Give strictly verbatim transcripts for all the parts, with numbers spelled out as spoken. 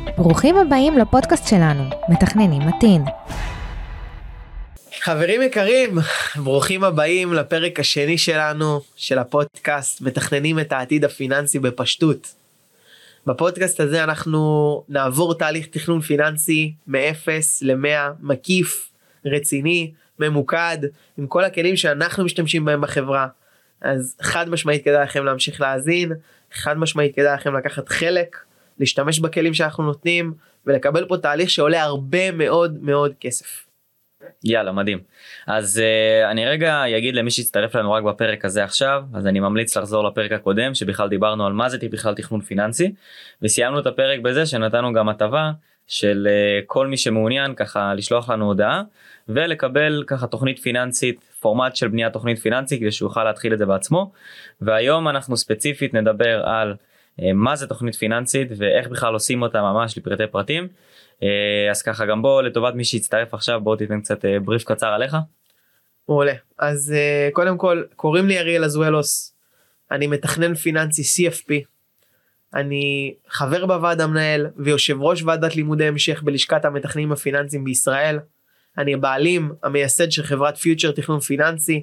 ברוכים הבאים לפודקאסט שלנו, מתכננים מתאים. חברים יקרים, ברוכים הבאים לפרק השני שלנו, של הפודקאסט, מתכננים את העתיד הפיננסי בפשטות. בפודקאסט הזה אנחנו נעבור תהליך תכנון פיננסי מ-אפס ל-מאה, מקיף, רציני, ממוקד, עם כל הכלים שאנחנו משתמשים בהם בחברה. אז חד משמעית כדאי לכם להמשיך להאזין, חד משמעית כדאי לכם לקחת חלק, להשתמש בכלים שאנחנו נותנים, ולקבל פה תהליך שעולה הרבה מאוד מאוד כסף. יאללה, מדהים. אז uh, אני רגע אגיד למי שהצטרף לנו רק בפרק הזה עכשיו, אז אני ממליץ לחזור לפרק הקודם, שבכלל דיברנו על מה זה בכלל תכנון פיננסי, וסיימנו את הפרק בזה שנתנו גם הטבה של uh, כל מי שמעוניין ככה לשלוח לנו הודעה, ולקבל ככה תוכנית פיננסית, פורמט של בניית תוכנית פיננסית, כדי שהוא יוכל להתחיל את זה בעצמו. והיום אנחנו ספציפית נדבר על uh, מה זה תוכנית פיננסית, ואיך בכלל עושים אותה ממש לפרטי פרטים. אז ככה גם בוא לטובת מי שיצטרף עכשיו, בוא תיתן קצת בריף קצר עליך. מעולה. אז קודם כל, קוראים לי אריאל אזואלוס, אני מתכנן פיננסי סי אף פי, אני חבר בוועד המנהל ויושב ראש ועדת לימודי המשך בלשכת המתכננים הפיננסיים בישראל, אני הבעלים המייסד של חברת פיוטר תכנון פיננסי,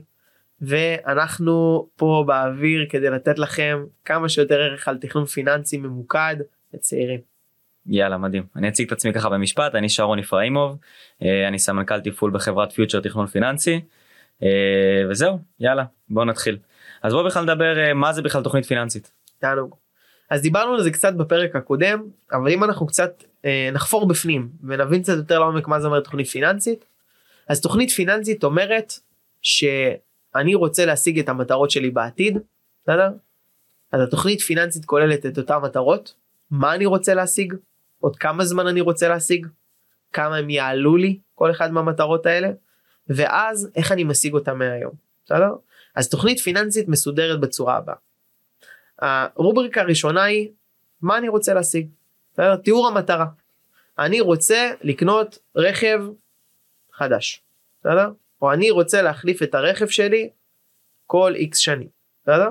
ואנחנו פה באוויר כדי לתת לכם כמה שיותר ערך על תכנון פיננסי ממוקד לצעירים. יאללה, מדהים. אני אציג את עצמי ככה במשפט. אני שרון אפראימוב, אני סמנכ"ל תפעול בחברת פיוטר תכנון פיננסי, וזהו, יאללה, בואו נתחיל. אז בואו בכלל נדבר מה זה בכלל תוכנית פיננסית. תענוג. אז דיברנו על זה קצת בפרק הקודם, אבל אם אנחנו קצת נחפור בפנים ונבין קצת יותר לעומק מה זה אומר תוכנית פיננסית, אז תוכנית פיננסית אומרת שאני רוצה להשיג את המטרות שלי בעתיד, בסדר? אז התוכנית פיננסית כוללת את אותן מטרות, מה אני רוצה להשיג, עוד כמה זמן אני רוצה להשיג, כמה הם יעלו לי, כל אחד מהמטרות האלה, ואז איך אני משיג אותם מהיום, בסדר? אז תוכנית פיננסית מסודרת בצורה הבאה. הרובריקה הראשונה היא, מה אני רוצה להשיג? בסדר? תיאור המטרה. אני רוצה לקנות רכב חדש, בסדר? או אני רוצה להחליף את הרכב שלי כל איקס שנים, בסדר?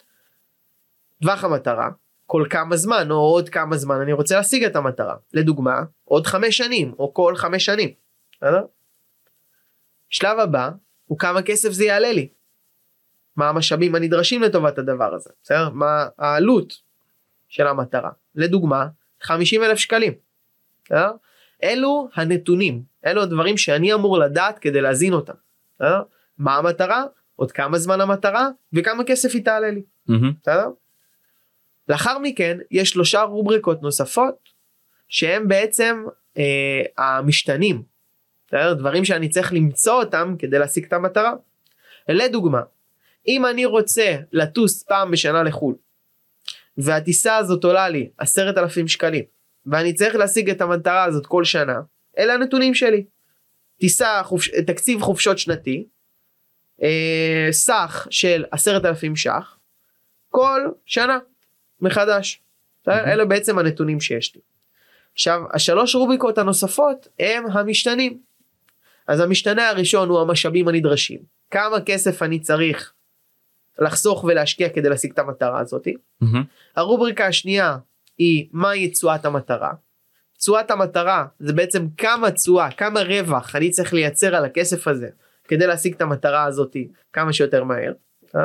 טווח המטרה, כל כמה זמן או עוד כמה זמן אני רוצה להשיג את המטרה. לדוגמה, עוד חמש שנים או כל חמש שנים. בסדר? שלב הבא הוא כמה כסף זה יעלה לי. מה המשאבים הנדרשים לטובת הדבר הזה. בסדר? מה העלות של המטרה. לדוגמה, חמישים אלף שקלים. בסדר? אלו הנתונים. אלו הדברים שאני אמור לדעת כדי להזין אותם. בסדר? מה המטרה? עוד כמה זמן המטרה וכמה כסף היא תעלה לי. בסדר? לאחר מכן יש שלושה רובריקות נוספות שהם בעצם אה, המשתנים, דברים שאני צריך למצוא אותם כדי להשיג את המטרה. לדוגמה, אם אני רוצה לטוס פעם בשנה לחול והטיסה הזאת עולה לי עשרת אלפים שקלים ואני צריך להשיג את המטרה הזאת כל שנה, אלה הנתונים שלי. טיסה, חופש, תקציב חופשות שנתי, אה, סך של עשרת אלפים שח כל שנה מחדש. Mm-hmm. אלה בעצם הנתונים שיש לי. עכשיו, השלוש רוביקות הנוספות הם המשתנים. אז המשתנה הראשון הוא המשאבים הנדרשים. כמה כסף אני צריך לחסוך ולהשקיע כדי להשיג את המטרה הזאת. Mm-hmm. הרובריקה השנייה היא מהי תשואת המטרה. תשואת המטרה זה בעצם כמה תשואה, כמה רווח אני צריך לייצר על הכסף הזה כדי להשיג את המטרה הזאת כמה שיותר מהר.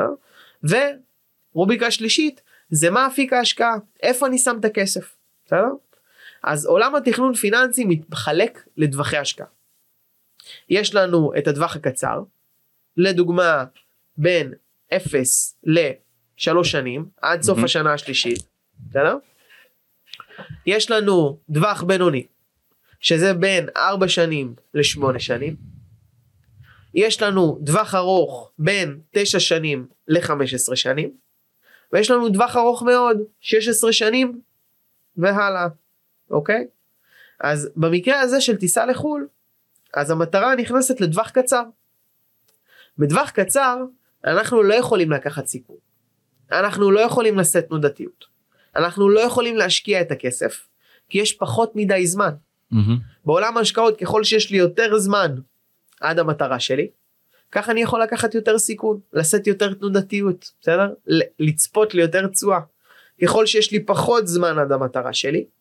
ורוביקה שלישית זה מה אפיק ההשקעה, איפה אני שם את הכסף, בסדר? אז עולם התכנון פיננסי מתחלק לדווחי השקעה. יש לנו את הדווח הקצר, לדוגמה בין אפס לשלוש שנים, עד סוף mm-hmm. השנה השלישית, בסדר? יש לנו דווח בינוני, שזה בין ארבע שנים לשמונה שנים. יש לנו דווח ארוך בין תשע שנים ל-חמש עשרה שנים. ויש לנו דווח ארוך מאוד, שש עשרה שנים והלאה, אוקיי? אז במקרה הזה של טיסה לחול, אז המטרה נכנסת לדווח קצר. בדווח קצר, אנחנו לא יכולים לקחת סיכון. אנחנו לא יכולים לשאת תנודתיות. אנחנו לא יכולים להשקיע את הכסף, כי יש פחות מדי זמן. Mm-hmm. בעולם ההשקעות, ככל שיש לי יותר זמן עד המטרה שלי, כך אני יכול לקחת יותר סיכון, לשאת יותר תנודתיות, בסדר? לצפות ליותר תשואה. ככל שיש לי פחות זמן עד המטרה שלי,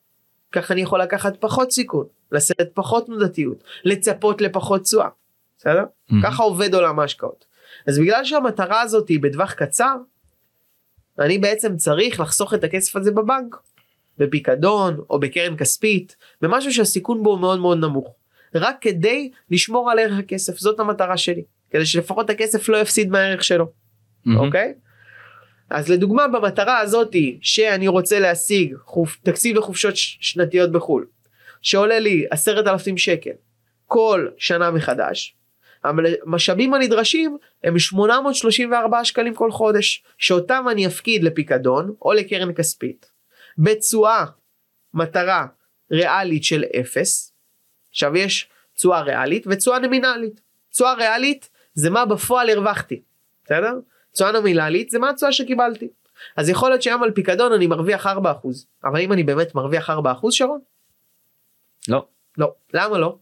ככה אני יכול לקחת פחות סיכון, לשאת פחות תנודתיות, לצפות לפחות תשואה, בסדר? Mm-hmm. ככה עובד עולם ההשקעות. אז בגלל שהמטרה הזאת היא בטווח קצר, אני בעצם צריך לחסוך את הכסף הזה בבנק, בפיקדון או בקרן כספית, במשהו שהסיכון בו מאוד מאוד נמוך, רק כדי לשמור על ערך הכסף. זאת המטרה שלי, כדי שלפחות הכסף לא יפסיד מהערך שלו. mm-hmm. אוקיי? אז לדוגמה במטרה הזאת שאני רוצה להשיג חופ... תקציב לחופשות ש... שנתיות בחול, שעולה לי עשרת אלפים שקל כל שנה מחדש, המשאבים הנדרשים הם שמונה מאות שלושים וארבעה שקלים כל חודש, שאותם אני אפקיד לפיקדון או לקרן כספית, בתשואה מטרה ריאלית של אפס. עכשיו יש תשואה ריאלית ותשואה נומינלית. תשואה ריאלית זה מה בפועל הרווחתי, בסדר? תשואה נומינלית זה מה התשואה שקיבלתי. אז יכול להיות שהיום על פיקדון אני מרוויח ארבעה אחוז, אבל אם אני באמת מרוויח ארבעה אחוז, שרון? לא. לא. למה לא?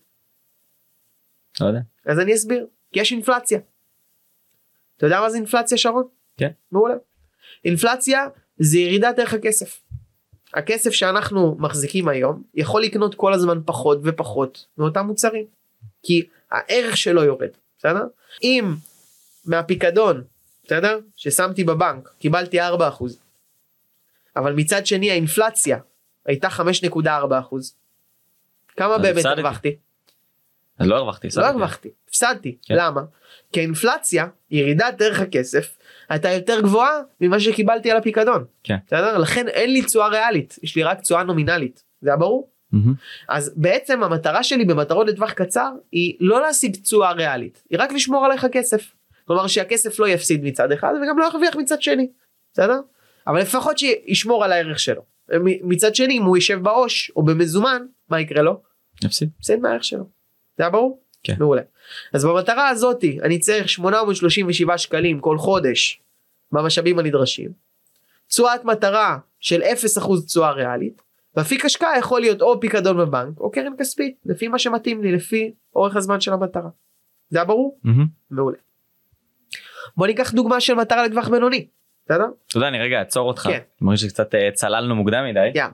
לא יודע. אז אני אסביר. כי יש אינפלציה. אתה יודע מה זה אינפלציה, שרון? כן. מעולה. אינפלציה זה ירידת ערך הכסף. הכסף שאנחנו מחזיקים היום יכול לקנות כל הזמן פחות ופחות מאותם מוצרים, כי הערך שלו יורד, בסדר? אם מהפיקדון, בסדר? ששמתי בבנק, קיבלתי ארבעה אחוז, אבל מצד שני האינפלציה הייתה חמש נקודה ארבע אחוז, כמה באמת הרווחתי? אז לא הרווחתי. לא הרווחתי, הפסדתי. כן. למה? כי האינפלציה, ירידת ערך הכסף, הייתה יותר גבוהה ממה שקיבלתי על הפיקדון. כן. בסדר? לכן אין לי תשואה ריאלית, יש לי רק תשואה נומינלית. זה היה ברור? Mm-hmm. אז בעצם המטרה שלי במטרות לטווח קצר, היא לא להשיג תשואה ריאלית, היא רק לשמור עליך כסף. כלומר שהכסף לא יפסיד מצד אחד, וגם לא ירוויח מצד שני. בסדר? אבל לפחות שישמור על הערך שלו. מצד שני, אם הוא יישב בעוש או במזומן, מה יקרה לו? יפסיד. יפסיד מהערך שלו. זה היה ברור? כן. מעולה. אז במטרה הזאת אני צריך שמונה מאות שלושים ושבעה שקלים כל חודש במשאבים הנדרשים, תשואת מטרה של אפס אחוז תשואה ריאלית, ואפיק השקעה יכול להיות או פיקדון בבנק או קרן כספית, לפי מה שמתאים לי, לפי אורך הזמן של המטרה. זה היה ברור? Mm-hmm. מעולה. בוא ניקח דוגמה של מטרה לטווח בינוני. בסדר? תודה, אני רגע אעצור אותך. כן. מרגיש שקצת צללנו מוקדם מדי. כן.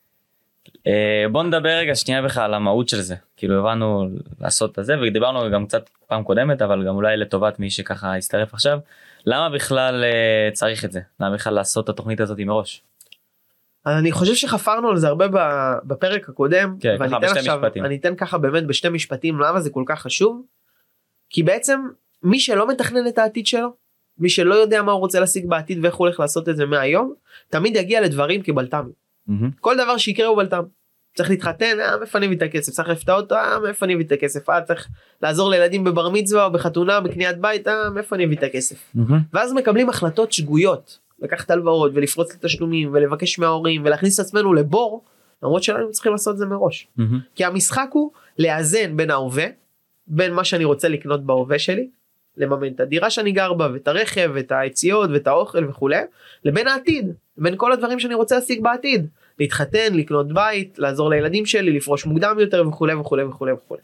בוא נדבר רגע שנייה בכלל על המהות של זה. כאילו הבנו לעשות את זה, ודיברנו גם קצת פעם קודמת, אבל גם אולי לטובת מי שככה יסתרף עכשיו. למה בכלל צריך את זה? למה בכלל לעשות את התוכנית הזאת מראש? אז אני חושב שחפרנו על זה הרבה בפרק הקודם. כן, ככה בשתי עכשיו, משפטים. אני אתן ככה באמת בשתי משפטים למה זה כל כך חשוב. כי בעצם מי שלא מתכנן את העתיד שלו, מי שלא יודע מה הוא רוצה להשיג בעתיד ואיך הוא הולך לעשות את זה מהיום, תמיד יגיע לדברים כבלת"מים. Mm-hmm. כל דבר שיקרה הוא בלת"ם. צריך להתחתן, אה, מאיפה אני מביא את הכסף? צריך לפתע אותו, אה, מאיפה אני מביא את הכסף? אה, צריך לעזור לילדים בבר מצווה או בחתונה, בקניית בית, אה, מאיפה אני מביא את הכסף? Mm-hmm. ואז מקבלים החלטות שגויות, לקחת הלוואות ולפרוץ לתשלומים ולבקש מההורים ולהכניס את עצמנו לבור, למרות שלנו צריכים לעשות את זה מראש. Mm-hmm. כי המשחק הוא לאזן בין ההווה, בין מה שאני רוצה לקנות בהווה שלי, לממן את הדירה שאני גר בה, ואת הרכב, ואת היציאות, ואת האוכל וכו', לבין העתיד, בין כל הדברים שאני רוצה להשיג בעתיד, להתחתן, לקנות בית, לעזור לילדים שלי, לפרוש מוקדם יותר וכו' וכו' וכו' וכו'.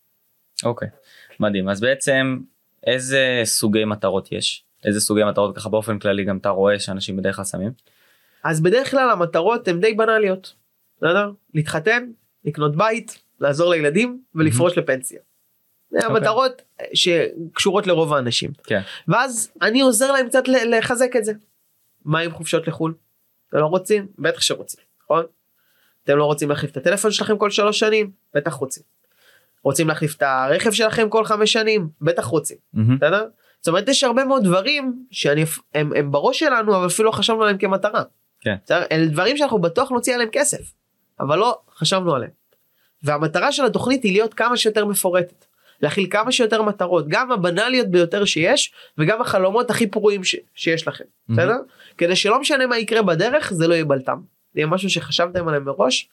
אוקיי, מדהים. אז בעצם איזה סוגי מטרות יש? איזה סוגי מטרות ככה באופן כללי גם אתה רואה שאנשים בדרך כלל שמים? אז בדרך כלל המטרות הן די בנאליות, בסדר? להתחתן, לקנות בית, לעזור לילדים ולפרוש לפנסיה. זה המטרות שקשורות לרוב האנשים. כן. ואז אני עוזר להם קצת לחזק את זה. מה עם חופשות לחול? אתם לא רוצים? בטח שרוצים, נכון? אתם לא רוצים להחליף את הטלפון שלכם כל שלוש שנים? בטח רוצים. רוצים להחליף את הרכב שלכם כל חמש שנים? בטח רוצים. בסדר? זאת אומרת, יש הרבה מאוד דברים שהם בראש שלנו, אבל אפילו לא חשבנו עליהם כמטרה. כן. אלה דברים שאנחנו בטוח נוציא עליהם כסף, אבל לא חשבנו עליהם. והמטרה של התוכנית היא להיות כמה שיותר מפורטת. להכיל כמה שיותר מטרות, גם הבנליות ביותר שיש, וגם החלומות הכי פרועים ש- שיש לכם, mm-hmm. בסדר? כדי שלא משנה מה יקרה בדרך, זה לא יהיה בלתם. זה יהיה משהו שחשבתם עליהם מראש,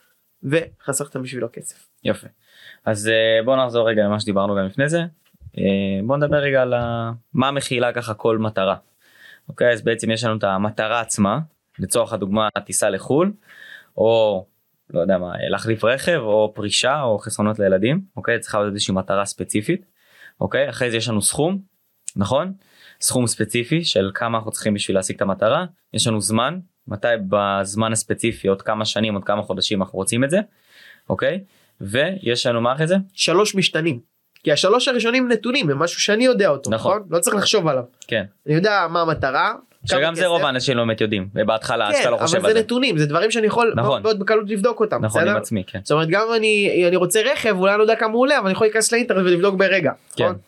וחסכתם בשבילו כסף. יפה. אז בואו נחזור רגע למה שדיברנו גם לפני זה. בואו נדבר רגע על מה מכילה ככה כל מטרה. אוקיי, אז בעצם יש לנו את המטרה עצמה, לצורך הדוגמה, טיסה לחול, או לא יודע מה, להחליף רכב או פרישה או חסרונות לילדים, אוקיי? צריכה להיות איזושהי מטרה ספציפית, אוקיי? אחרי זה יש לנו סכום, נכון? סכום ספציפי של כמה אנחנו צריכים בשביל להשיג את המטרה, יש לנו זמן, מתי בזמן הספציפי, עוד כמה שנים, עוד כמה חודשים אנחנו רוצים את זה, אוקיי? ויש לנו מה אחרי זה? שלוש משתנים. כי השלוש הראשונים נתונים, הם משהו שאני יודע אותו, נכון. נכון? לא צריך לחשוב עליו. כן. אני יודע מה המטרה. שגם זה רוב האנשים לא באמת יודעים, ובהתחלה אז אתה לא חושב על זה. כן, אבל זה נתונים, זה דברים שאני יכול נכון. מאוד בקלות לבדוק אותם. נכון, בסדר? עם עצמי, כן. זאת אומרת, גם אם אני, אני רוצה רכב, אולי אני לא יודע כמה הוא עולה, אבל אני יכול להיכנס לאינטרנט ולבדוק ברגע. כן. נכון?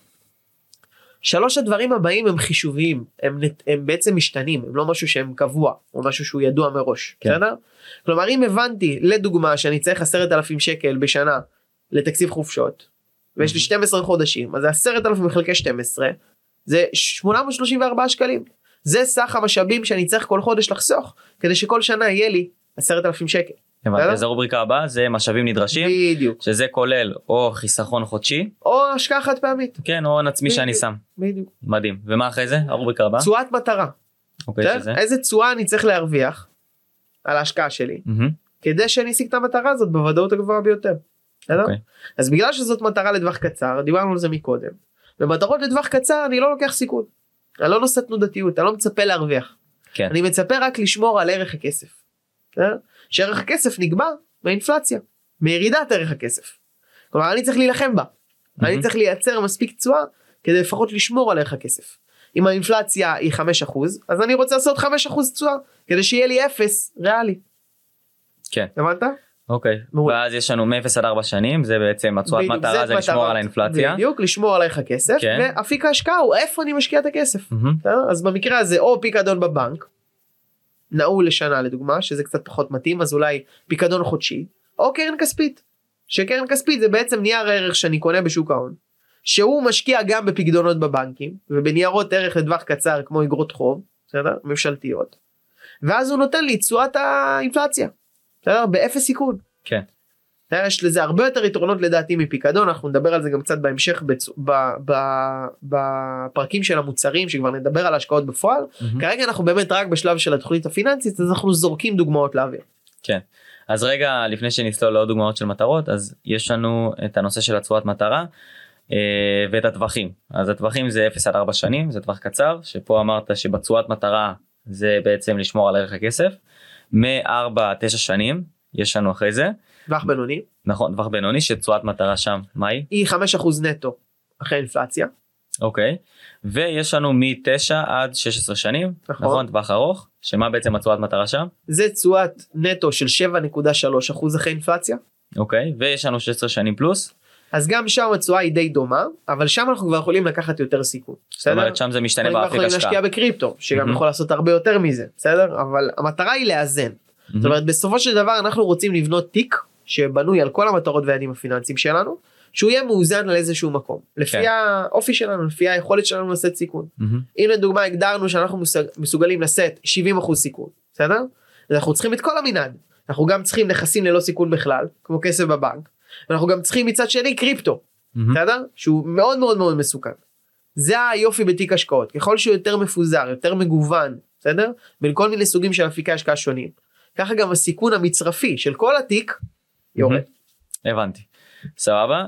שלוש הדברים הבאים הם חישוביים, הם, הם בעצם משתנים, הם לא משהו שהם קבוע, או משהו שהוא ידוע מראש. כן. בסדר? כלומר, אם הבנתי, לדוגמה, שאני צריך עשרת אלפים שקל בשנה לתקציב חופשות, ויש לי שנים עשר חודשים, אז זה עשרת אלפים חלקי שתים עשרה, זה שמונה מאות שלושים וארבעה שקלים. זה סך המשאבים שאני צריך כל חודש לחסוך, כדי שכל שנה יהיה לי עשרת אלפים שקל. אז הרובריקה הבאה זה משאבים נדרשים, בדיוק. שזה כולל או חיסכון חודשי, או השקעה חד פעמית. כן, או הון עצמי בדיוק. שאני שם. בדיוק. מדהים. ומה אחרי זה? הרובריקה הבאה? תשואת מטרה. אוקיי, בסדר? שזה? איזה תשואה אני צריך להרוויח על ההשקעה שלי, מהמם. כדי שאני אשיג את המטרה הזאת בוודאות הגבוהה ביותר. בסדר? אוקיי. אז בגלל שזאת מטרה לטווח קצר, דיברנו על זה מקודם, במטרות לטווח קצר אני לא לוקח סיכון. אני לא נושא תנודתיות, אני לא מצפה להרוויח. כן. אני מצפה רק לשמור על ערך הכסף. בסדר? שערך הכסף נקבע באינפלציה, מירידת ערך הכסף. כלומר, אני צריך להילחם בה. אני צריך לייצר מספיק תשואה, כדי לפחות לשמור על ערך הכסף. אם האינפלציה היא חמישה אחוז, אז אני רוצה לעשות חמישה אחוז תשואה, כדי שיהיה לי אפס ריאלי. כן. הבנת? אוקיי. מעולה. ואז יש לנו מ-אפס עד ארבע שנים, זה בעצם התשואת בדיוק, מטרה, זה לשמור מטרה. על האינפלציה. בדיוק, לשמור על ערך הכסף, כן. ואפיק ההשקעה הוא איפה אני משקיע את הכסף. מהמם. בסדר? אז במקרה הזה, או פיקדון בבנק, נעול לשנה לדוגמה, שזה קצת פחות מתאים, אז אולי פיקדון חודשי, או קרן כספית, שקרן כספית זה בעצם נייר ערך שאני קונה בשוק ההון, שהוא משקיע גם בפיקדונות בבנקים, ובניירות ערך לטווח קצר כמו אגרות חוב, בסדר? ממשלתיות, ואז הוא נותן לי תשואת האינפלציה, בסדר? באפס סיכון. כן. יש לזה הרבה יותר יתרונות לדעתי מפיקדון, אנחנו נדבר על זה גם קצת בהמשך בצ... ב... ב... בפרקים של המוצרים, שכבר נדבר על השקעות בפועל. מהמם. כרגע אנחנו באמת רק בשלב של התוכנית הפיננסית, אז אנחנו זורקים דוגמאות לאוויר. כן. אז רגע, לפני שנסלול לעוד דוגמאות של מטרות, אז יש לנו את הנושא של התשואת מטרה, אה, ואת הטווחים. אז הטווחים זה אפס עד ארבע שנים, זה טווח קצר, שפה אמרת שבתשואת מטרה זה בעצם לשמור על ערך הכסף. מ-ארבע עד תשע שנים, יש לנו אחרי זה. טווח בינוני. נכון, טווח בינוני, שתשואת מטרה שם, מה היא? היא חמישה אחוז נטו, אחרי אינפלציה. אוקיי. ויש לנו מ-תשע עד שש עשרה שנים, נכון. נכון, טווח ארוך, שמה בעצם התשואת מטרה שם? זה תשואת נטו של שבע נקודה שלוש אחוז אחרי אינפלציה. אוקיי, ויש לנו שש עשרה שנים פלוס, אז גם שם התשואה היא די דומה, אבל שם אנחנו כבר יכולים לקחת יותר סיכון. זאת אומרת שם זה משתנה אנחנו באפיק יכולים השקעה. להשקיע בקריפטו, שגם Mhm. יכול לעשות הרבה יותר מזה, בסדר? אבל המטרה היא לאזן. זאת אומרת, בסופו של דבר אנחנו רוצים לבנות תיק שבנוי על כל המטרות והיעדים הפיננסיים שלנו, שהוא יהיה מאוזן על איזשהו מקום, לפי כן. האופי שלנו, לפי היכולת שלנו לשאת סיכון. מהמם. אם לדוגמה הגדרנו שאנחנו מושג- מסוגלים לשאת שבעים אחוז סיכון, בסדר? אז אנחנו צריכים את כל המנעד. אנחנו גם צריכים נכסים ללא סיכון בכלל, כמו כסף בבנק, ואנחנו גם צריכים מצד שני קריפטו, מהמם. בסדר? שהוא מאוד מאוד מאוד מסוכן. זה היופי בתיק השקעות, ככל שהוא יותר מפוזר, יותר מגוון, בסדר? בין כל מיני סוגים של אפיקי השקעה שונים. ככה גם הסיכון המצרפי של כל התיק יורד. הבנתי. סבבה.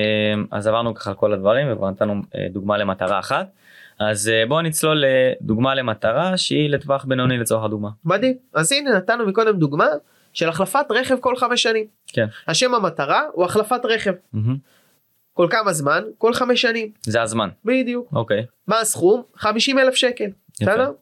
אז עברנו ככה על כל הדברים וכבר נתנו אה, דוגמה למטרה אחת. אז אה, בואו נצלול לדוגמה למטרה שהיא לטווח בינוני לצורך הדוגמה. מדהים. אז הנה נתנו מקודם דוגמה של החלפת רכב כל חמש שנים. כן. השם המטרה הוא החלפת רכב. מהמם. כל כמה זמן? כל חמש שנים. זה הזמן. בדיוק. אוקיי. מה הסכום? חמישים אלף שקל. בסדר?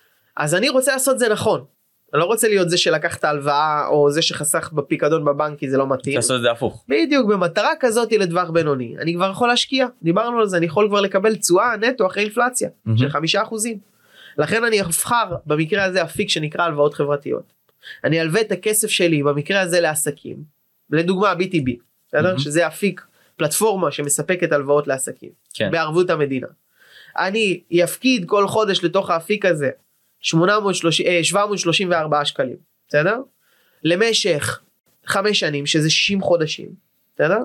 אז אני רוצה לעשות זה נכון. אני לא רוצה להיות זה שלקח את ההלוואה או זה שחסך בפיקדון בבנק, כי זה לא מתאים. לעשות את זה הפוך. בדיוק, במטרה כזאת לטווח בינוני אני כבר יכול להשקיע, דיברנו על זה, אני יכול כבר לקבל תשואה נטו אחרי אינפלציה מהמם. של חמישה אחוזים. לכן אני אבחר במקרה הזה אפיק שנקרא הלוואות חברתיות. אני אלווה את הכסף שלי במקרה הזה לעסקים, לדוגמה בי טי בי, בסדר? מהמם. שזה אפיק, פלטפורמה שמספקת הלוואות לעסקים, כן. בערבות המדינה. אני יפקיד כל חודש לתוך האפיק הזה שבע מאות שלושים וארבעה שקלים, בסדר? למשך חמש שנים, שזה שישים חודשים, בסדר?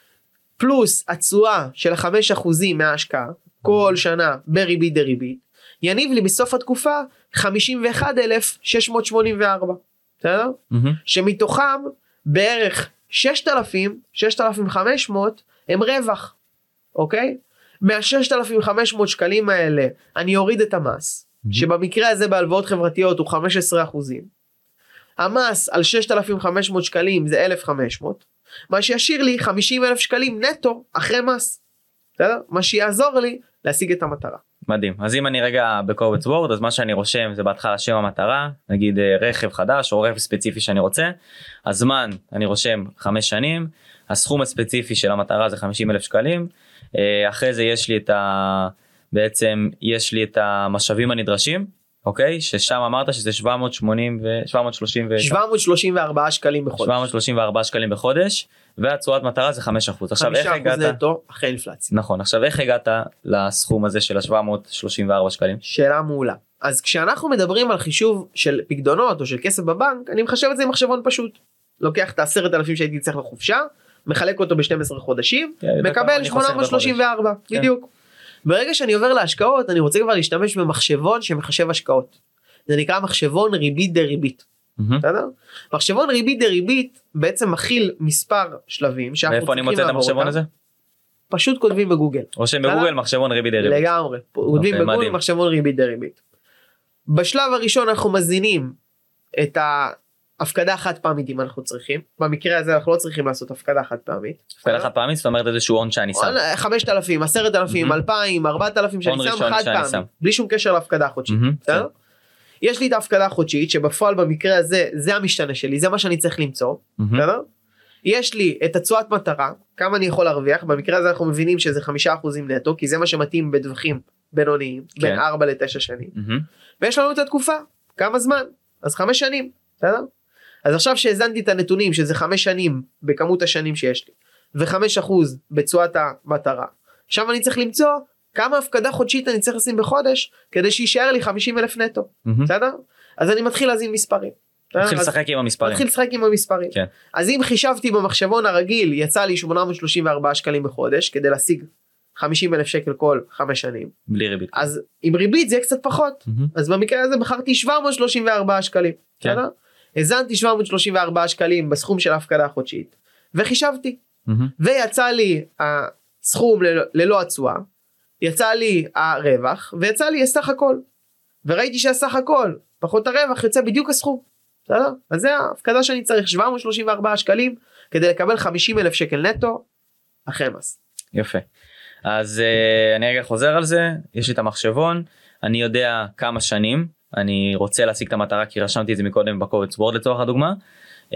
פלוס התשואה של החמש אחוזים מההשקעה, כל שנה בריבית דריבית, יניב לי בסוף התקופה חמישים ואחד אלף שש מאות שמונים וארבע, בסדר? מהמם. שמתוכם בערך ששת אלפים, ששת אלפים וחמש מאות הם רווח, אוקיי? מה-ששת אלפים וחמש מאות שקלים האלה אני אוריד את המס, שבמקרה הזה בהלוואות חברתיות הוא חמישה עשר אחוזים. המס על ששת אלפים וחמש מאות שקלים זה אלף וחמש מאות, מה שישאיר לי חמישים אלף שקלים נטו אחרי מס, בסדר? מה שיעזור לי להשיג את המטרה. מדהים. אז אם אני רגע בקובץ וורד, אז מה שאני רושם זה בהתחלה שם המטרה, נגיד רכב חדש או רכב ספציפי שאני רוצה, הזמן אני רושם חמש שנים, הסכום הספציפי של המטרה זה חמישים אלף שקלים, אחרי זה יש לי את ה... בעצם יש לי את המשאבים הנדרשים, אוקיי? ששם אמרת שזה שבע מאות שמונים ו... שבע מאות שלושים ו... שבע מאות שלושים וארבעה שקלים בחודש. שבע מאות שלושים וארבעה שקלים בחודש, והתשואת מטרה זה חמישה אחוז. עכשיו איך הגעת? חמישה אחוז נטו אחרי אינפלציה. נכון, עכשיו איך הגעת לסכום הזה של ה-שבע מאות שלושים וארבעה שקלים? שאלה מעולה. אז כשאנחנו מדברים על חישוב של פקדונות או של כסף בבנק, אני מחשב את זה עם מחשבון פשוט. לוקח את עשרת אלפים שהייתי צריך לחופשה, מחלק אותו ב-שנים עשר חודשים, מקבל שמונה מאות שלושים וארבע, בדיוק. ברגע שאני עובר להשקעות, אני רוצה כבר להשתמש במחשבון שמחשב השקעות. זה נקרא מחשבון ריבית דריבית. בסדר? מחשבון ריבית דריבית בעצם מכיל מספר שלבים. ואיפה אני מוצא את המחשבון הזה? פשוט כותבים בגוגל. או שבגוגל מחשבון ריבית דריבית. לגמרי. כותבים בגוגל מחשבון ריבית דריבית. בשלב הראשון אנחנו מזינים את ההפקדה חד פעמית אם אנחנו צריכים. במקרה הזה אנחנו לא צריכים לעשות הפקדה חד פעמית. הפקדה חד פעמית זאת אומרת איזשהו הון שאני שם. חמשת אלפים, עשרת אלפים, אלפיים, ארבעת אלפים שאני שם חד פעמית. בלי שום קשר להפקדה החודשית. יש לי את ההפקדה החודשית שבפועל במקרה הזה זה המשתנה שלי, זה מה שאני צריך למצוא. יש לי את התשואת מטרה, כמה אני יכול להרוויח, במקרה הזה אנחנו מבינים שזה חמישה אחוזים נטו, כי זה מה שמתאים בדווחים בינוניים, בין ארבע לתשע שנים. ויש לנו את התקופה, כמה זמן? אז חמש שנים, בסדר? אז עכשיו שהזנתי את הנתונים, שזה חמש שנים בכמות השנים שיש לי, וחמש אחוז בתשואת המטרה, עכשיו אני צריך למצוא כמה הפקדה חודשית אני צריך לשים בחודש, כדי שישאר לי חמישים אלף נטו, בסדר? אז אני מתחיל להזין מספרים. מתחיל לשחק עם המספרים. מתחיל לשחק עם המספרים. כן. אז אם חישבתי במחשבון הרגיל, יצא לי שמונה מאות שלושים וארבעה שקלים בחודש, כדי להשיג חמישים אלף שקל כל חמש שנים. בלי ריבית. אז עם ריבית זה יהיה קצת פחות. אז במקרה הזה בחרתי שבע מאות שלושים וארבעה שקלים. כן. בסדר? הזנתי שבע מאות שלושים וארבעה שקלים בסכום של ההפקדה החודשית, וחישבתי. ויצא לי הסכום ללא התשואה, יצא לי הרווח, ויצא לי הסך הכל. וראיתי שהסך הכל, פחות הרווח, יוצא בדיוק הסכום. בסדר? אז זה ההפקדה שאני צריך, שבע מאות שלושים וארבעה שקלים, כדי לקבל חמישים אלף שקל נטו, אחרי מס. יפה. אז uh, אני רגע חוזר על זה, יש לי את המחשבון, אני יודע כמה שנים, אני רוצה להשיג את המטרה, כי רשמתי את זה מקודם בקובץ וורד לצורך הדוגמה, uh,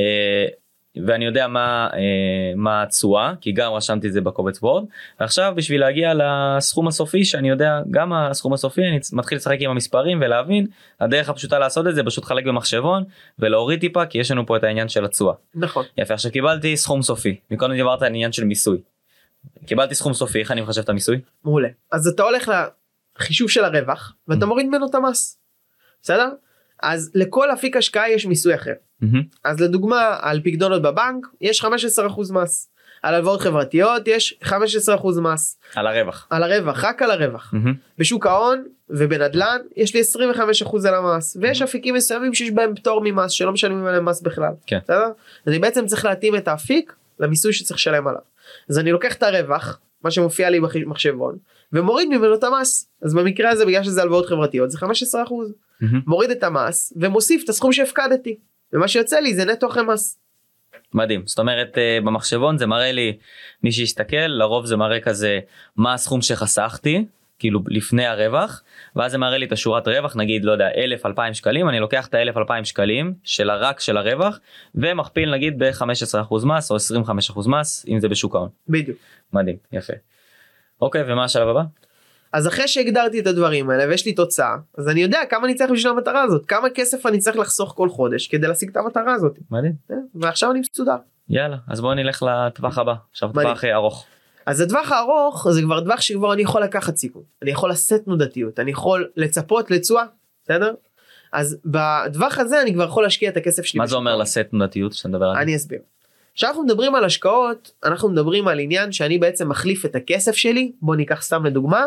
ואני יודע מה, uh, מה התשואה, כי גם רשמתי את זה בקובץ וורד, ועכשיו בשביל להגיע לסכום הסופי, שאני יודע גם הסכום הסופי, אני מתחיל לשחק עם המספרים ולהבין, הדרך הפשוטה לעשות את זה, פשוט חלק במחשבון, ולהוריד טיפה, כי יש לנו פה את העניין של התשואה. נכון. יפה, עכשיו קיבלתי סכום סופי, מקודם דיברת על עניין של מיסוי. קיבלתי סכום סופי, איך אני מחשב את המיסוי? מעולה. אז אתה הולך לחישוב של הרווח, ואתה מוריד ממנו את המס. בסדר? אז לכל אפיק השקעה יש מיסוי אחר. אז לדוגמה, על פקדונות בבנק, יש חמישה עשר אחוז מס. על הלוואות חברתיות, יש חמישה עשר אחוז מס. על הרווח. על הרווח, רק על הרווח. בשוק ההון ובנדלן, יש לי עשרים וחמישה אחוז על המס. ויש אפיקים מסוימים שיש בהם פטור ממס, שלא משלמים עליהם מס בכלל. בסדר? אני בעצם צריך להתאים את האפיק למיסוי שצריך לשלם עליו. אז אני לוקח את הרווח, מה שמופיע לי במחשבון, ומוריד ממנו את המס. אז במקרה הזה, בגלל שזה הלוואות חברתיות, זה חמישה עשר אחוז. מוריד את המס, ומוסיף את הסכום שהפקדתי. ומה שיוצא לי זה נטו אחרי מס. מדהים. זאת אומרת, במחשבון זה מראה לי, מי שיסתכל, לרוב זה מראה כזה, מה הסכום שחסכתי, כאילו לפני הרווח, ואז זה מראה לי את השורת רווח, נגיד, לא יודע, אלף, אלפיים שקלים, אני לוקח את האלף, אלפיים שקלים, של הרק של הרווח, ומכפיל נגיד ב-חמישה עשר אחוז מס, או עשרים וחמישה אחוז מס, אם זה בשוק ההון. בדיוק. מדהים, יפה. אוקיי, ומה השלב הבא? אז אחרי שהגדרתי את הדברים האלה, ויש לי תוצאה, אז אני יודע כמה אני צריך בשביל המטרה הזאת, כמה כסף אני צריך לחסוך כל חודש, כדי להשיג את המטרה הזאת. מדהים. ועכשיו אני מסודר. יאללה, אז בואו נלך לטווח הבא, עכשיו טווח ארוך. אז הטווח הארוך זה כבר טווח שכבר אני יכול לקחת סיכון, אני יכול לשאת תנודתיות, אני יכול לצפות לתשואה, בסדר? אז בטווח הזה אני כבר יכול להשקיע את הכסף שלי. מה זה אומר לשאת תנודתיות שאתה מדבר על זה? אני אסביר. כשאנחנו מדברים על השקעות, אנחנו מדברים על עניין שאני בעצם מחליף את הכסף שלי, בוא ניקח סתם לדוגמה,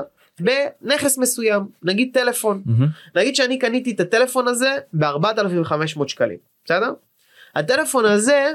בנכס מסוים, נגיד טלפון. נגיד שאני קניתי את הטלפון הזה ב-ארבעת אלפים וחמש מאות שקלים, בסדר? הטלפון הזה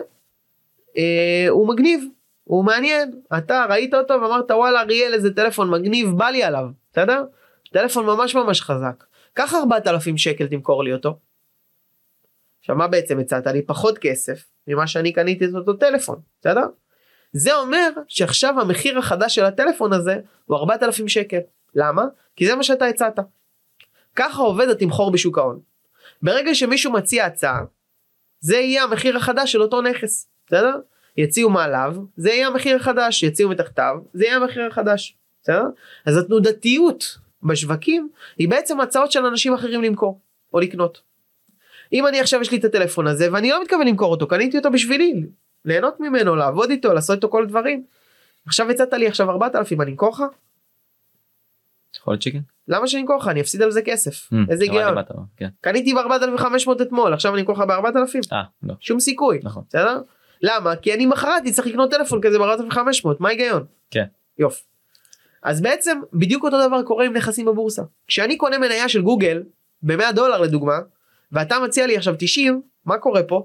אה, הוא מגניב. הוא מעניין, אתה ראית אותו ואמרת וואלה אריאל איזה טלפון מגניב בא לי עליו, בסדר? טלפון ממש ממש חזק, קח ארבעת אלפים שקל תמכור לי אותו. עכשיו מה בעצם הצעת לי? פחות כסף ממה שאני קניתי את אותו טלפון, בסדר? זה אומר שעכשיו המחיר החדש של הטלפון הזה הוא ארבעת אלפים שקל. למה? כי זה מה שאתה הצעת. ככה עובד התמחור בשוק ההון. ברגע שמישהו מציע הצעה, זה יהיה המחיר החדש של אותו נכס. בסדר? יציעו מעליו, זה יהיה המחיר החדש. יציעו מתחתיו, זה יהיה המחיר החדש. בסדר? אז התנודתיות בשווקים היא בעצם הצעות של אנשים אחרים למכור או לקנות. אם אני עכשיו יש לי את הטלפון הזה ואני לא מתכוון למכור אותו, קניתי אותו בשבילי, ליהנות ממנו, לעבוד איתו, לעשות איתו כל הדברים. עכשיו הצעת לי עכשיו ארבעת אלפים, אני אמכור לך? יכול להיות שכן. למה שאני אמכור לך? אני אפסיד על זה כסף. Mm, איזה היגיון. כן. קניתי ב-ארבעת אלפים וחמש מאות אתמול, עכשיו אני אמכור לך ב-ארבעת אלפים? אה, לא. שום סיכוי. נכון. בסדר? למה? כי אני מחרתי צריך לקנות טלפון כזה ב-ארבעת אלפים וחמש מאות, מה ההיגיון? כן. יופי. אז בעצם בדיוק אותו דבר קורה עם נכסים בבורסה. כשאני קונה מניה של גוגל ב-מאה דולר לדוגמה, ואתה מציע לי עכשיו תשעים, מה קורה פה?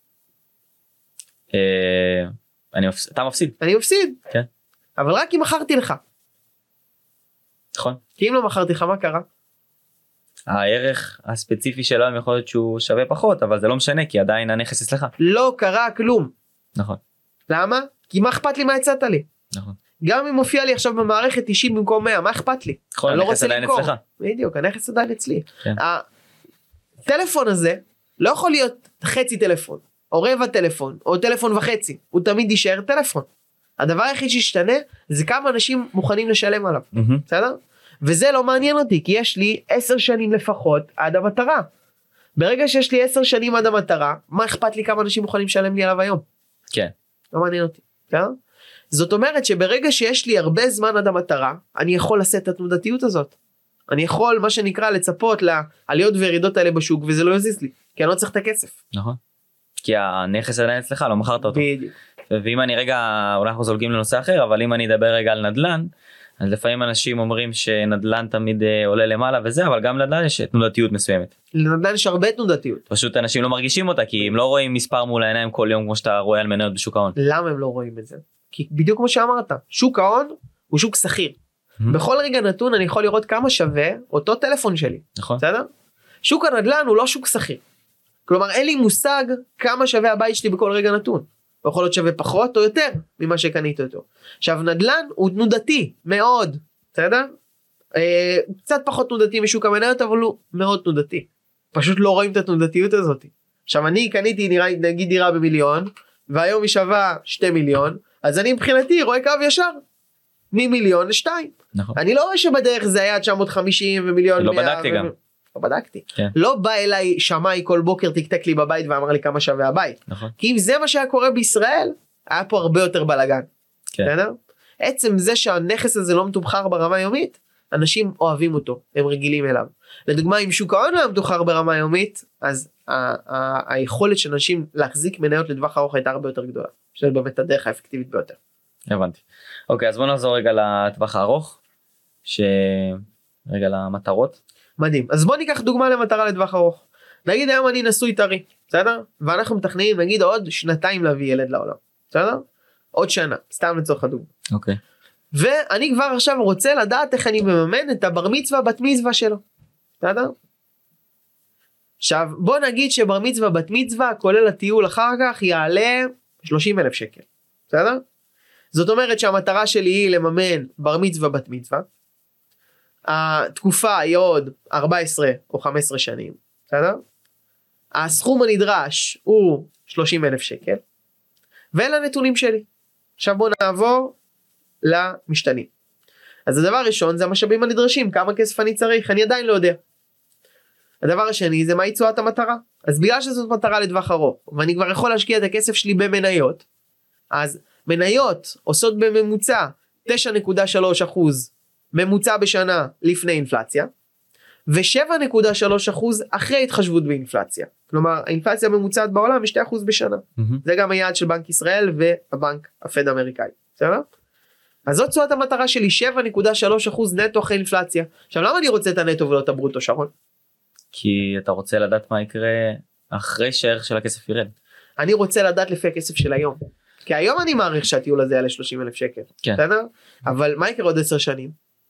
אה, אני מפסיד, אתה מפסיד. אני מפסיד. כן. אבל רק אם מכרתי לך. נכון. כי אם לא מכרתי לך, מה קרה? הערך הספציפי שלו יכול להיות שהוא שווה פחות, אבל זה לא משנה, כי עדיין הנכס אצלך. לא קרה כלום. נכון. למה? כי מה אכפת לי מה הצעת לי? נכון. גם אם מופיע לי עכשיו במערכת תשעים במקום מאה, מה אכפת לי? נכון, אני לא הנכס רוצה עדיין למכור. אצלך. בדיוק, הנכס עדיין אצלי. כן. הטלפון הזה לא יכול להיות חצי טלפון, או רבע טלפון, או טלפון וחצי. הוא תמיד יישאר טלפון. הדבר היחיד שישתנה, זה כמה אנשים מוכנים לשלם עליו. מהמם. בסדר? וזה לא מעניין אותי, כי יש לי עשר שנים לפחות עד המטרה. ברגע שיש לי עשר שנים עד המטרה, מה אכפת לי כמה אנשים מוכנים לשלם לי עליו היום? כן. לא מעניין אותי. בסדר? זאת אומרת שברגע שיש לי הרבה זמן עד המטרה, אני יכול לשאת את התנודתיות הזאת. אני יכול, מה שנקרא, לצפות לעליות וירידות האלה בשוק, וזה לא יזיז לי, כי אני לא צריך את הכסף. נכון. כי הנכס עדיין אצלך, לא מכרת אותו. בדיוק. ואם אני רגע, אולי אנחנו זולגים לנושא אחר, אבל אם אני אדבר רגע על נדל"ן, אז לפעמים אנשים אומרים שנדל"ן תמיד אה, עולה למעלה וזה, אבל גם לנדל"ן יש תנודתיות מסוימת. לנדל"ן יש הרבה תנודתיות. פשוט אנשים לא מרגישים אותה, כי הם לא רואים מספר מול העיניים כל יום כמו שאתה רואה על מניות בשוק ההון. למה הם לא רואים את זה? כי בדיוק כמו שאמרת, שוק ההון הוא שוק שכיר. בכל רגע נתון אני יכול לראות כמה שווה אותו טלפון שלי. נכון. בסדר? שוק הנדל"ן הוא לא שוק שכיר. כלומר אין לי מושג כמה שווה הבית שלי בכל רגע נתון. הוא יכול להיות שווה פחות או יותר ממה שקניתי אותו. עכשיו נדל"ן הוא תנודתי מאוד. בסדר? אה, קצת פחות תנודתי משוק המניות, אבל הוא מאוד תנודתי. פשוט לא רואים את התנודתיות הזאת. עכשיו אני קניתי נראה, נגיד דירה במיליון, והיום היא שווה שתי מיליון, אז אני מבחינתי רואה קו ישר. ממיליון לשתיים. נכון. אני לא רואה שבדרך זה היה תשע מאות וחמישים ומיליון לא מאה. בדקתי ו... גם. לא בדקתי. כן. לא בא אליי שמאי כל בוקר תקתק לי בבית ואמר לי כמה שווה הבית. נכון. כי אם זה מה שהיה קורה בישראל, היה פה הרבה יותר בלגן. כן. בסדר? עצם זה שהנכס הזה לא מתומחר ברמה יומית, אנשים אוהבים אותו, הם רגילים אליו. לדוגמה, אם שוק ההון לא מתומחר ברמה יומית, אז ה- ה- היכולת של אנשים להחזיק מניות לטווח ארוך הייתה הרבה יותר גדולה. שזה באמת הדרך האפקטיבית ביותר. הבנתי. אוקיי, אז בוא נחזור רגע לטווח הארוך, ש... רגע למטרות. מדהים. אז בוא ניקח דוגמה למטרה לטווח ארוך. נגיד היום אני נשוי טרי, בסדר? ואנחנו מתכננים נגיד עוד שנתיים להביא ילד לעולם, בסדר? עוד שנה, סתם לצורך הדוגמה. אוקיי. ואני כבר עכשיו רוצה לדעת איך אני מממן את הבר מצווה בת מצווה שלו, בסדר? עכשיו בוא נגיד שבר מצווה בת מצווה כולל הטיול אחר כך יעלה שלושים אלף שקל, בסדר? זאת אומרת שהמטרה שלי היא לממן בר מצווה בת מצווה, התקופה היא עוד ארבע עשרה או חמש עשרה שנים, בסדר? הסכום הנדרש הוא שלושים אלף שקל, ואלה הנתונים שלי. עכשיו בוא נעבור למשתנים. אז הדבר הראשון זה המשאבים הנדרשים, כמה כסף אני צריך, אני עדיין לא יודע. הדבר השני זה מהי תשואת המטרה. אז בגלל שזאת מטרה לטווח ארוך, ואני כבר יכול להשקיע את הכסף שלי במניות, אז מניות עושות בממוצע תשע נקודה שלוש אחוז ממוצע בשנה לפני אינפלציה, ו-שבע נקודה שלוש אחוז אחרי התחשבות באינפלציה. כלומר, האינפלציה הממוצעת בעולם היא שני אחוז בשנה. Mm-hmm. זה גם היעד של בנק ישראל והבנק הפד האמריקאי. בסדר? אז זאת תשואת המטרה שלי, שבע נקודה שלוש אחוז נטו אחרי אינפלציה. עכשיו, למה אני רוצה את הנטו ולא את הברוטו, שרון? כי אתה רוצה לדעת מה יקרה אחרי שהערך של הכסף ירד. אני רוצה לדעת לפי הכסף של היום. כי היום אני מעריך שהטיול הזה יעלה שלושים אלף שקל. כן. בסדר? אבל מה יקרה עוד עשר שנים?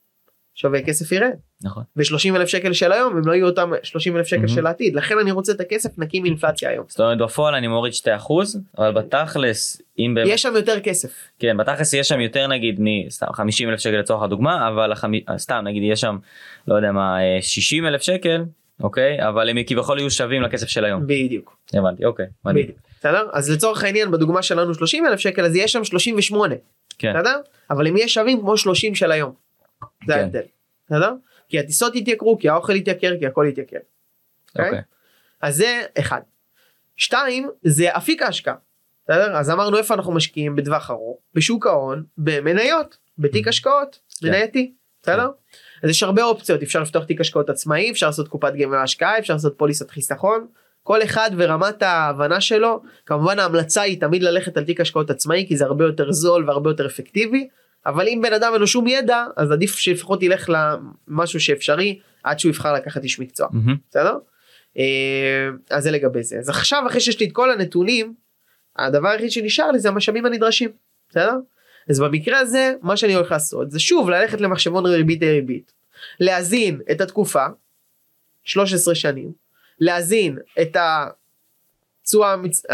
שווה כסף ירד. נכון. ו-שלושים אלף שקל של היום הם לא יהיו אותם שלושים אלף שקל Mhm. של העתיד, לכן אני רוצה את הכסף נקי מאינפלציה היום. זאת אומרת בפועל אני מוריד שני אחוז, אבל בתכלס, אם באמת, יש שם יותר כסף. כן, בתכלס יש שם יותר נגיד מסתם חמישים אלף שקל לצורך הדוגמה, אבל החמי, סתם נגיד יש שם, לא יודע מה, שישים אלף שקל, אוקיי, אבל הם כביכול יהיו שווים לכסף של היום. בדיוק. הבנתי, אוקיי, מדהים. בדיוק. בסדר? אז לצורך העניין בדוגמה שלנו שלושים אלף שקל, אז יש שם שלושים ושמונה. כן. בסדר? אבל הם יהיה שווים כמו שלושים של היום. זה כן. ההבדל. בסדר? כי הטיסות יתייקרו, כי האוכל יתייקר, כי הכל יתייקר. אוקיי? אוקיי. אז זה אחד. שתיים, זה אפיק ההשקעה. בסדר? אז אמרנו איפה אנחנו משקיעים בטווח ארוך, בשוק ההון, במניות, בתיק השקעות, כן. מנייתי. בסדר? אז יש הרבה אופציות, אפשר לפתוח תיק השקעות עצמאי, אפשר לעשות קופת גמל להשקעה, אפשר לעשות פוליסת חיסכון, כל אחד ורמת ההבנה שלו. כמובן ההמלצה היא תמיד ללכת על תיק השקעות עצמאי, כי זה הרבה יותר זול והרבה יותר אפקטיבי, אבל אם בן אדם אין לו שום ידע, אז עדיף שלפחות ילך למשהו שאפשרי, עד שהוא יבחר לקחת איש מקצוע. מהמם. בסדר? אז זה לגבי זה. אז עכשיו אחרי שיש לי את כל הנתונים, הדבר היחיד שנשאר לי זה המשאבים הנדרשים. בסדר? אז במקרה הזה, מה שאני הולך לעשות, זה שוב ללכת למחשבון ריבית דריבית, להזין את התקופה, שלוש עשרה שנים, להזין את התשואה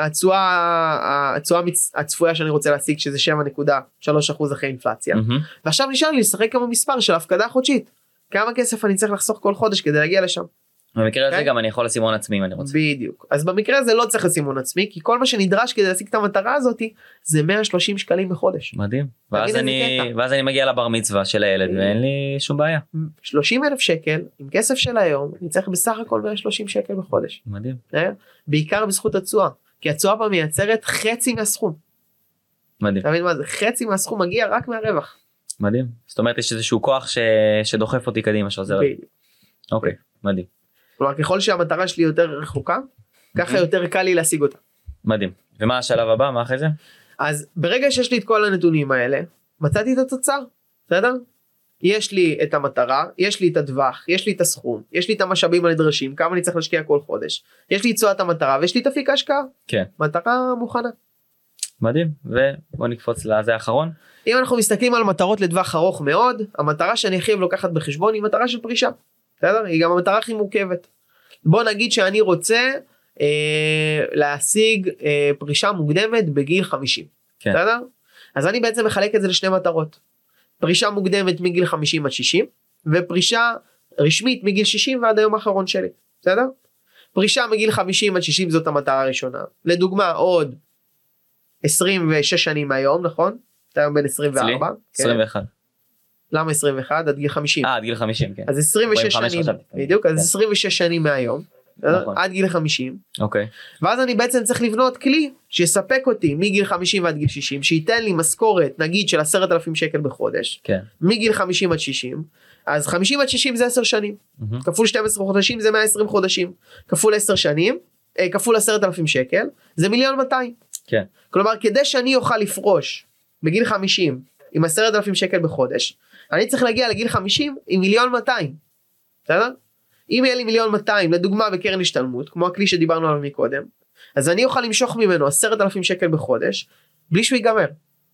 התשואה התשואה הצפויה שאני רוצה להשיג, שזה שבע נקודה שלוש אחוז אחרי אינפלציה. מהמם. ועכשיו נשאר לי לשחק כמה מספר של הפקדה חודשית, כמה כסף אני צריך לחסוך כל חודש כדי להגיע לשם. במקרה הזה אוקיי? גם אני יכול לשים הון עצמי אם אני רוצה. בדיוק. אז במקרה הזה לא צריך לשים הון עצמי, כי כל מה שנדרש כדי להשיג את המטרה הזאת זה מאה ושלושים שקלים בחודש. מדהים. ואז איזה אני, קטע. ואז אני מגיע לבר מצווה של הילד ואין לי שום בעיה. שלושים אלף שקל עם כסף של היום, אני צריך בסך הכל מאה ושלושים שקל בחודש. מדהים. אה? בעיקר בזכות התשואה, כי התשואה בה מייצרת חצי מהסכום. מדהים. אתה מבין מה זה? חצי מהסכום מגיע רק מהרווח. מדהים. זאת אומרת יש איזשהו כוח ש... שדוחף אותי קדימה שעוזר לי. בדיוק. אוקיי, מדהים. כלומר ככל שהמטרה שלי יותר רחוקה, ככה יותר קל לי להשיג אותה. מדהים. ומה השלב הבא? מה אחרי זה? אז ברגע שיש לי את כל הנתונים האלה, מצאתי את התוצר, בסדר? יש לי את המטרה, יש לי את הטווח, יש לי את הסכום, יש לי את המשאבים הנדרשים, כמה אני צריך להשקיע כל חודש, יש לי את תשואת המטרה ויש לי את אפיק ההשקעה. כן. מטרה מוכנה. מדהים. ובוא נקפוץ לזה האחרון. אם אנחנו מסתכלים על מטרות לטווח ארוך מאוד, המטרה שאני הכי אוהב לוקחת בחשבון היא מטרה של פרישה. בסדר? היא גם המטרה הכי מורכבת. בוא נגיד שאני רוצה אה, להשיג אה, פרישה מוקדמת בגיל חמישים. כן. בסדר? אז אני בעצם מחלק את זה לשני מטרות. פרישה מוקדמת מגיל חמישים עד שישים, ופרישה רשמית מגיל שישים ועד היום האחרון שלי. בסדר? פרישה מגיל חמישים עד שישים זאת המטרה הראשונה. לדוגמה עוד עשרים ושש שנים מהיום, נכון? אתה היום בן עשרים וארבע. אצלי? עשרים ואחת. למה עשרים ואחת? עד גיל חמישים. אה, עד גיל חמישים, כן. אז עשרים ושש ארבעים וחמש שנים, חשבתי. בדיוק, אז כן. עשרים ושש שנים מהיום, נכון. עד גיל חמישים, אוקיי. ואז אני בעצם צריך לבנות כלי שיספק אותי מגיל חמישים ועד גיל שישים, שייתן לי משכורת נגיד של עשרת אלפים שקל בחודש, כן. מגיל חמישים עד שישים, אז חמישים עד שישים זה עשר שנים, מהמם. כפול שנים עשר חודשים זה מאה ועשרים חודשים, כפול עשר שנים, אה, כפול עשרת אלפים שקל, זה מיליון מאתיים. כן. כלומר כדי שאני אוכל לפרוש בגיל חמישים עם עשרת אלפים שקל בחודש, אני צריך להגיע לגיל חמישים עם מיליון מאתיים. בסדר? אם יהיה לי מיליון מאתיים לדוגמה בקרן השתלמות, כמו הכלי שדיברנו עליו מקודם, אז אני אוכל למשוך ממנו עשרת אלפים שקל בחודש, בלי שהוא ייגמר.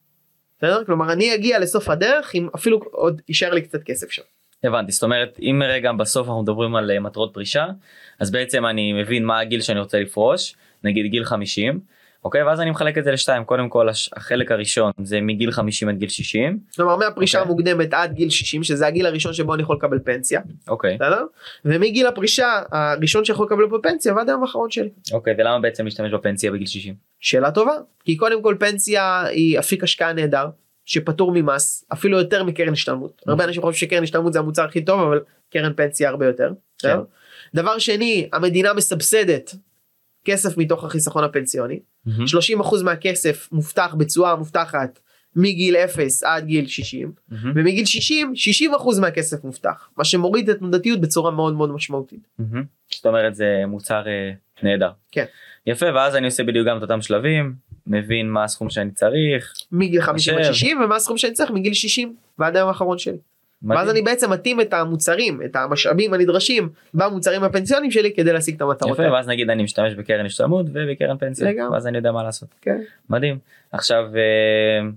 בסדר? כלומר אני אגיע לסוף הדרך, אם אפילו עוד יישאר לי קצת כסף שם. הבנתי, זאת אומרת אם רגע בסוף אנחנו מדברים על מטרות פרישה, אז בעצם אני מבין מה הגיל שאני רוצה לפרוש, נגיד גיל חמישים, אוקיי, ואז אני מחלק את זה לשתיים. קודם כל החלק הראשון זה מגיל חמישים עד גיל שישים. כלומר מהפרישה אוקיי. המוקדמת עד גיל שישים, שזה הגיל הראשון שבו אני יכול לקבל פנסיה. אוקיי. בסדר? ומגיל הפרישה הראשון שיכול לקבל בפנסיה ועד היום האחרון שלי. אוקיי, ולמה בעצם להשתמש בפנסיה בגיל שישים? שאלה טובה, כי קודם כל פנסיה היא אפיק השקעה נהדר, שפטור ממס, אפילו יותר מקרן השתלמות. הרבה אנשים חושבים שקרן השתלמות זה המוצר הכי טוב, אבל קרן פנסיה הרבה יותר. כן. דבר שני, המדינה מסבסדת כסף מתוך החיסכון הפנסיוני, מהמם. שלושים אחוז מהכסף מובטח בצורה מובטחת מגיל אפס עד גיל שישים, מהמם. ומגיל שישים, שישים אחוז מהכסף מובטח, מה שמוריד את תנודתיות בצורה מאוד מאוד משמעותית. מהמם. זאת אומרת זה מוצר אה, נהדר. כן. יפה, ואז אני עושה בדיוק גם את אותם שלבים, מבין מה הסכום שאני צריך. מגיל חמישים עד אשר. שישים, ומה הסכום שאני צריך מגיל שישים ועד היום האחרון שלי. מדהים. ואז אני בעצם מתאים את המוצרים, את המשאבים הנדרשים במוצרים הפנסיונים שלי כדי להשיג את המטרות. יפה, ואז נגיד אני משתמש בקרן השתלמות ובקרן פנסיה, לגמרי. ואז אני יודע מה לעשות. כן. מדהים. עכשיו אה,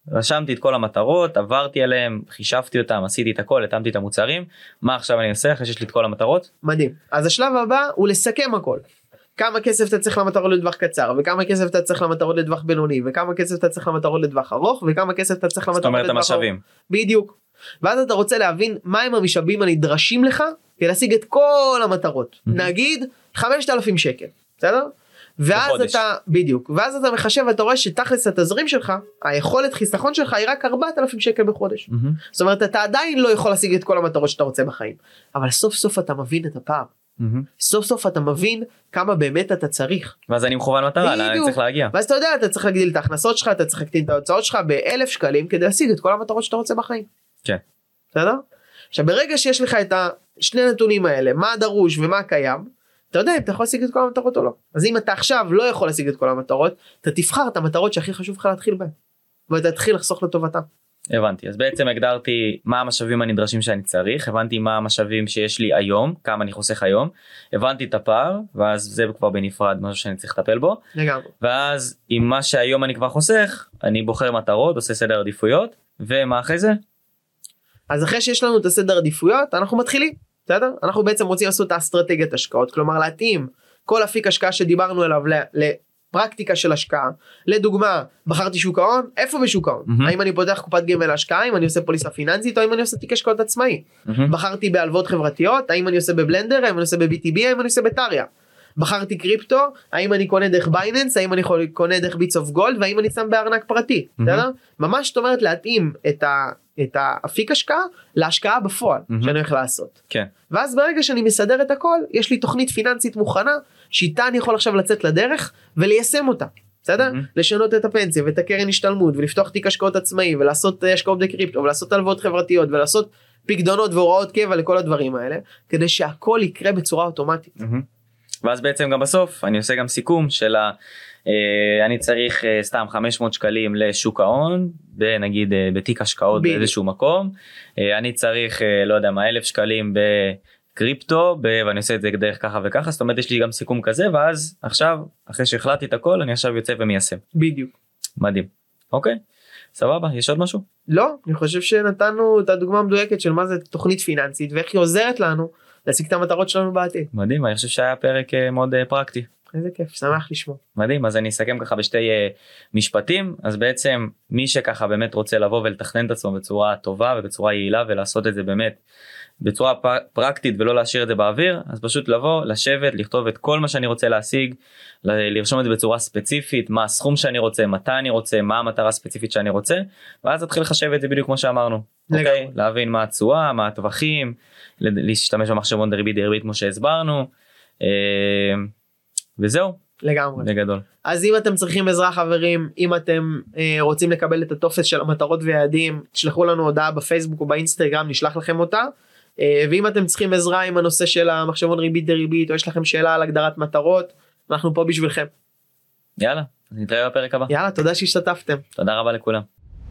רשמתי את כל המטרות, עברתי עליהם, חישבתי אותם, עשיתי את הכל, התאמתי את המוצרים, מה עכשיו אני עושה אחרי שיש לי את כל המטרות? מדהים. אז השלב הבא הוא לסכם הכל. כמה כסף אתה צריך למטרות לטווח קצר, וכמה כסף אתה צריך למטרות לטווח בינוני, וכמה כסף אתה צריך למטרות לטווח ארוך, וכמה כסף אתה צריך למטרות לטווח ארוך. זאת אומרת המשאבים. בדיוק. ואז אתה רוצה להבין מהם המשאבים הנדרשים לך, כדי להשיג את כל המטרות. נגיד חמשת אלפים שקל, בסדר? ואז בחודש. אתה, בדיוק, ואז אתה מחשב ואתה רואה שתכלס התזרים שלך, היכולת חיסכון שלך היא רק ארבעת אלפים שקל בחודש. Mm-hmm. זאת אומרת, אתה עדיין לא יכול להשיג את כל המטרות שאתה רוצה בחיים, אבל סוף סוף אתה מבין את הפער. Mm-hmm. סוף סוף אתה מבין כמה באמת אתה צריך. ואז אני מכוון מטרה, לאן אני צריך להגיע. ואז אתה יודע, אתה צריך להגדיל את ההכנסות שלך, אתה צריך להקטין את ההוצאות שלך באלף שקלים, כדי להשיג את כל המטרות שאתה רוצה בחיים. כן. בסדר? עכשיו, ברגע שיש לך את השני הנתונים האלה, מה דרוש ומה קיים, אתה יודע אם אתה יכול להשיג את כל המטרות או לא. אז אם אתה עכשיו לא יכול להשיג את כל המטרות, אתה תבחר את המטרות שהכי חשוב לך להתחיל בהן, ואתה תתחיל לחסוך לטובתם. הבנתי, אז בעצם הגדרתי מה המשאבים הנדרשים שאני צריך, הבנתי מה המשאבים שיש לי היום, כמה אני חוסך היום, הבנתי את הפער, ואז זה כבר בנפרד משהו שאני צריך לטפל בו, לגמרי. ואז עם מה שהיום אני כבר חוסך, אני בוחר מטרות, עושה סדר עדיפויות, ומה אחרי זה? אז אחרי שיש לנו את הסדר עדיפויות, אנחנו מתחילים, בסדר? אנחנו בעצם רוצים לעשות את האסטרטגיית השקעות, כלומר להתאים כל אפיק השקעה שדיברנו עליו לפרקטיקה של השקעה. לדוגמה, בחרתי שוק ההון, איפה בשוק ההון? Mm-hmm. האם אני פותח קופת גמל להשקעה, האם אני עושה פוליסה פיננסית, או האם אני עושה תיק השקעות עצמאי? Mm-hmm. בחרתי בהלוואות חברתיות, האם אני עושה בבלנדר, האם אני עושה ב-בי טי בי, האם אני עושה בטריה? בחרתי קריפטו, האם אני קונה דרך בייננס, האם אני קונה דרך ביטס אוף גולד, והאם אני שם בארנק פרטי, mm-hmm. בסדר? ממש זאת אומרת להתאים את ה... את האפיק השקעה להשקעה בפועל mm-hmm. שאני הולך לעשות. כן. ואז ברגע שאני מסדר את הכל, יש לי תוכנית פיננסית מוכנה, שאיתה אני יכול עכשיו לצאת לדרך וליישם אותה. בסדר? Mm-hmm. לשנות את הפנסיה ואת הקרן השתלמות ולפתוח תיק השקעות עצמאי ולעשות השקעות בקריפטו ולעשות הלוואות חברתיות ולעשות פקדונות והוראות קבע לכל הדברים האלה, כדי שהכל יקרה בצורה אוטומטית. Mm-hmm. ואז בעצם גם בסוף אני עושה גם סיכום של ה... Uh, אני צריך uh, סתם חמש מאות שקלים לשוק ההון, נגיד uh, בתיק השקעות בדיוק. באיזשהו מקום, uh, אני צריך uh, לא יודע מה אלף שקלים בקריפטו, ב- ואני עושה את זה דרך ככה וככה, זאת אומרת יש לי גם סיכום כזה, ואז עכשיו אחרי שהחלטתי את הכל אני עכשיו יוצא ומיישם. בדיוק. מדהים. אוקיי, סבבה, יש עוד משהו? לא, אני חושב שנתנו את הדוגמה המדויקת של מה זה תוכנית פיננסית ואיך היא עוזרת לנו להשיג את המטרות שלנו בעתיד. מדהים, אני חושב שהיה פרק uh, מאוד uh, פרקטי. איזה כיף, שמח לשמוע. מדהים, אז אני אסכם ככה בשתי uh, משפטים. אז בעצם מי שככה באמת רוצה לבוא ולתכנן את עצמו בצורה טובה ובצורה יעילה ולעשות את זה באמת בצורה פ- פרקטית ולא להשאיר את זה באוויר, אז פשוט לבוא, לשבת, לכתוב את כל מה שאני רוצה להשיג, ל- לרשום את זה בצורה ספציפית, מה הסכום שאני רוצה, מתי אני רוצה, מה המטרה הספציפית שאני רוצה, ואז תתחיל לחשב את זה בדיוק כמו שאמרנו. אוקיי? Okay? להבין מה התשואה, מה הטווחים, להשתמש במחשבון דריבית דריבית כמו שהסברנו. Uh, וזהו. לגמרי. בגדול. אז אם אתם צריכים עזרה חברים, אם אתם אה, רוצים לקבל את הטופס של המטרות ויעדים, תשלחו לנו הודעה בפייסבוק או באינסטגרם, נשלח לכם אותה. אה, ואם אתם צריכים עזרה עם הנושא של המחשבון ריבית דריבית, או יש לכם שאלה על הגדרת מטרות, אנחנו פה בשבילכם. יאללה, נתראה בפרק הבא. יאללה, תודה שהשתתפתם. תודה רבה לכולם.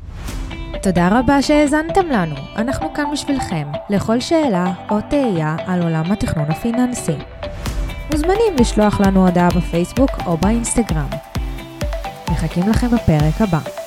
תודה רבה שהאזנתם לנו. אנחנו כאן בשבילכם, לכל שאלה או תהייה על עולם התכנון הפיננסי. מוזמנים לשלוח לנו הודעה בפייסבוק או באינסטגרם. מחכים לכם בפרק הבא.